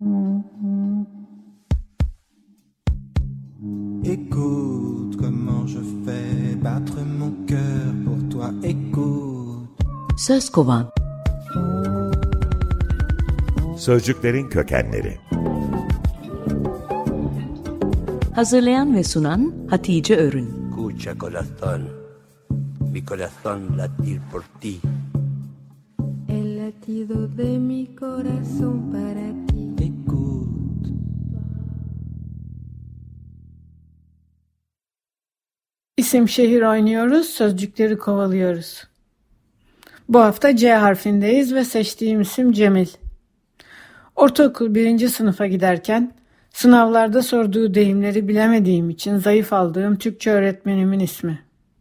Écoute comment je fais battre mon cœur pour toi, écoute. Söz kovan. Sözcüklerin kökenleri. Hazırlayan ve sunan Hatice Örün. Escucha corazón, mi corazón latir por ti. El latido de mi corazón para ti. Écoute. İsim şehir oynuyoruz, sözcükleri kovalıyoruz. Bu hafta C harfindeyiz ve seçtiğim isim Cemil. Ortaokul 1. sınıfa giderken sınavlarda sorduğu deyimleri bilemediğim için zayıf aldığım Türkçe öğretmenimin ismi.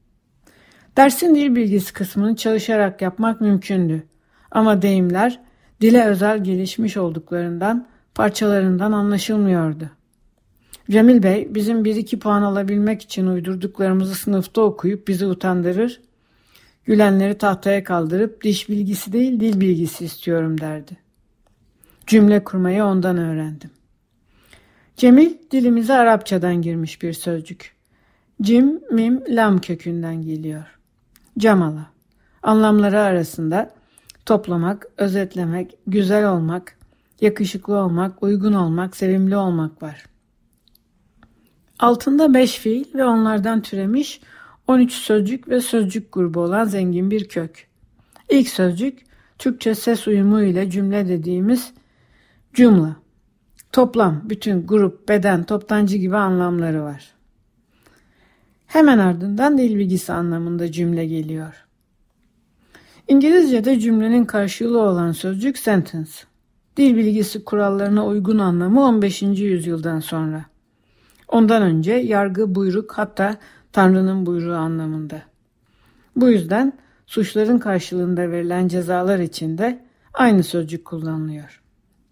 Dersin dil bilgisi kısmını çalışarak yapmak mümkündü. Ama deyimler dile özel gelişmiş olduklarından parçalarından anlaşılmıyordu. Cemil Bey bizim 1-2 puan alabilmek için uydurduklarımızı sınıfta okuyup bizi utandırır, gülenleri tahtaya kaldırıp diş bilgisi değil dil bilgisi istiyorum derdi. Cümle kurmayı ondan öğrendim. Cemil dilimize Arapçadan girmiş bir sözcük. Cim, mim, lam kökünden geliyor. Camala. Anlamları arasında toplamak, özetlemek, güzel olmak, yakışıklı olmak, uygun olmak, sevimli olmak var. Altında 5 fiil ve onlardan türemiş 13 sözcük ve sözcük grubu olan zengin bir kök. İlk sözcük Türkçe ses uyumu ile cümle dediğimiz cümle. Toplam, bütün, grup, beden, toptancı gibi anlamları var. Hemen ardından dil bilgisi anlamında cümle geliyor. İngilizce'de cümlenin karşılığı olan sözcük sentence. Dil bilgisi kurallarına uygun anlamı 15. yüzyıldan sonra. Ondan önce yargı, buyruk, hatta Tanrı'nın buyruğu anlamında. Bu yüzden suçların karşılığında verilen cezalar için de aynı sözcük kullanılıyor.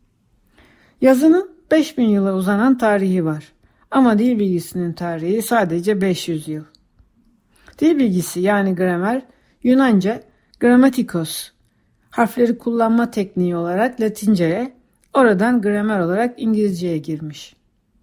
Yazının 5000 yıla uzanan tarihi var. Ama dil bilgisinin tarihi sadece 500 yıl. Dil bilgisi yani gramer, Yunanca grammatikos, harfleri kullanma tekniği olarak Latince'ye, oradan gramer olarak İngilizce'ye girmiş.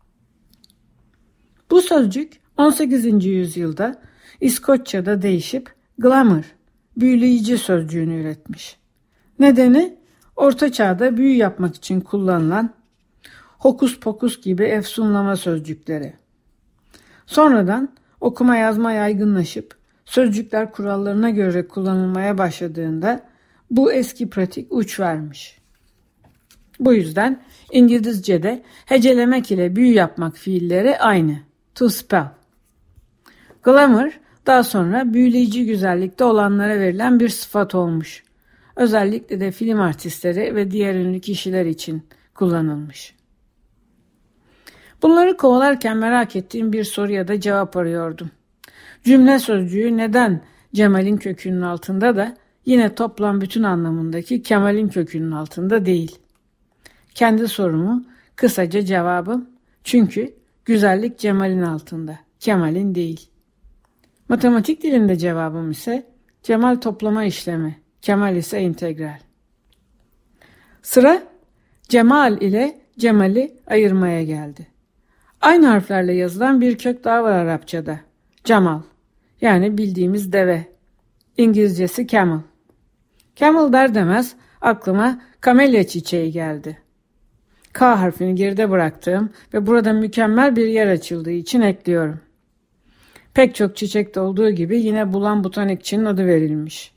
Bu sözcük 18. yüzyılda İskoçya'da değişip glamour, büyüleyici sözcüğünü üretmiş. Nedeni Orta Çağ'da büyü yapmak için kullanılan hokus pokus gibi efsunlama sözcükleri. Sonradan okuma yazma yaygınlaşıp sözcükler kurallarına göre kullanılmaya başladığında bu eski pratik uç vermiş. Bu yüzden İngilizce'de hecelemek ile büyü yapmak fiilleri aynı. To spell. Glamour daha sonra büyüleyici güzellikte olanlara verilen bir sıfat olmuş. Özellikle de film artistleri ve diğer ünlü kişiler için kullanılmış. Bunları kovalarken merak ettiğim bir soruya da cevap arıyordum. Cümle sözcüğü neden Cemal'in kökünün altında da yine toplam bütün anlamındaki Kemal'in kökünün altında değil? Kendi sorumu kısaca cevabım çünkü güzellik Cemal'in altında, Kemal'in değil. Matematik dilinde cevabım ise Cemal toplama işlemi, Kemal ise integral. Sıra Cemal ile Cemal'i ayırmaya geldi. Aynı harflerle yazılan bir kök daha var Arapçada. Cemal, yani bildiğimiz deve. İngilizcesi camel. Camel der demez aklıma kamelya çiçeği geldi. K harfini geride bıraktığım ve burada mükemmel bir yer açıldığı için ekliyorum. Pek çok çiçekte olduğu gibi yine bulan botanikçinin adı verilmiş.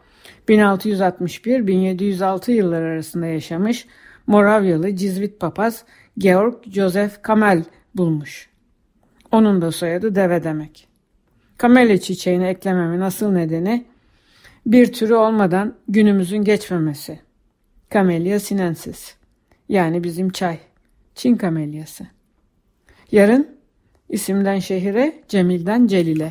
1661-1706 yılları arasında yaşamış Moravyalı Cizvit papaz Georg Joseph Kamel bulmuş. Onun da soyadı deve demek. Kamelya çiçeğini eklememin asıl nedeni bir türü olmadan günümüzün geçmemesi. Camellia sinensis. Yani bizim çay. Çin kamelyası. Yarın isimden şehire, Cemil'den Celil'e.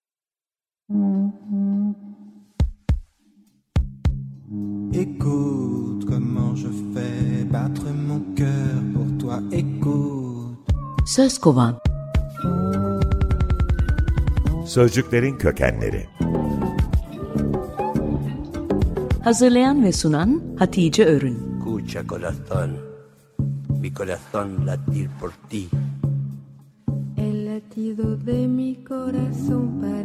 Écoute comment je fais battre mon cœur pour toi, écoute. Söz kovan. Sözcüklerin kökenleri. Hazırlayan ve sunan Hatice Örün. Escucha corazón, mi corazón latir por ti. El latido de mi corazón para